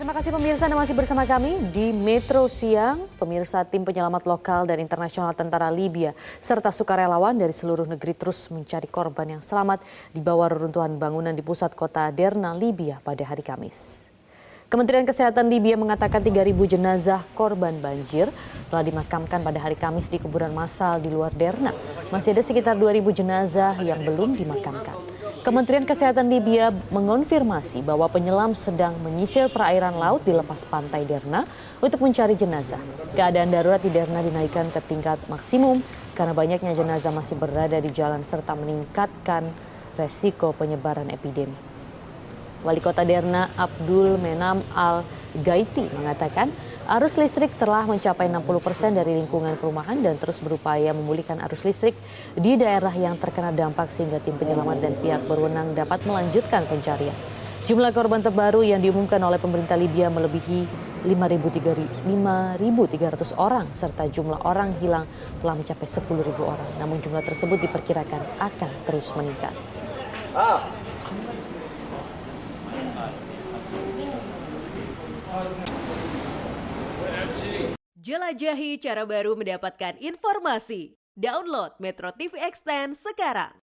Terima kasih pemirsa Anda masih bersama kami di Metro Siang. Pemirsa, tim penyelamat lokal dan internasional tentara Libya serta sukarelawan dari seluruh negeri terus mencari korban yang selamat di bawah reruntuhan bangunan di pusat kota Derna, Libya pada hari Kamis. Kementerian Kesehatan Libya mengatakan 3.000 jenazah korban banjir telah dimakamkan pada hari Kamis di kuburan massal di luar Derna. Masih ada sekitar 2.000 jenazah yang belum dimakamkan. Kementerian Kesehatan Libya mengonfirmasi bahwa penyelam sedang menyisir perairan laut di lepas pantai Derna untuk mencari jenazah. Keadaan darurat di Derna dinaikkan ke tingkat maksimum karena banyaknya jenazah masih berada di jalan serta meningkatkan resiko penyebaran epidemi. Wali Kota Derna Abdul Menam Al-Gaiti mengatakan arus listrik telah mencapai 60% dari lingkungan perumahan dan terus berupaya memulihkan arus listrik di daerah yang terkena dampak sehingga tim penyelamat dan pihak berwenang dapat melanjutkan pencarian. Jumlah korban terbaru yang diumumkan oleh pemerintah Libya melebihi 5.300 orang serta jumlah orang hilang telah mencapai 10.000 orang. Namun jumlah tersebut diperkirakan akan terus meningkat. Jelajahi cara baru mendapatkan informasi. Download Metro TV Extend sekarang.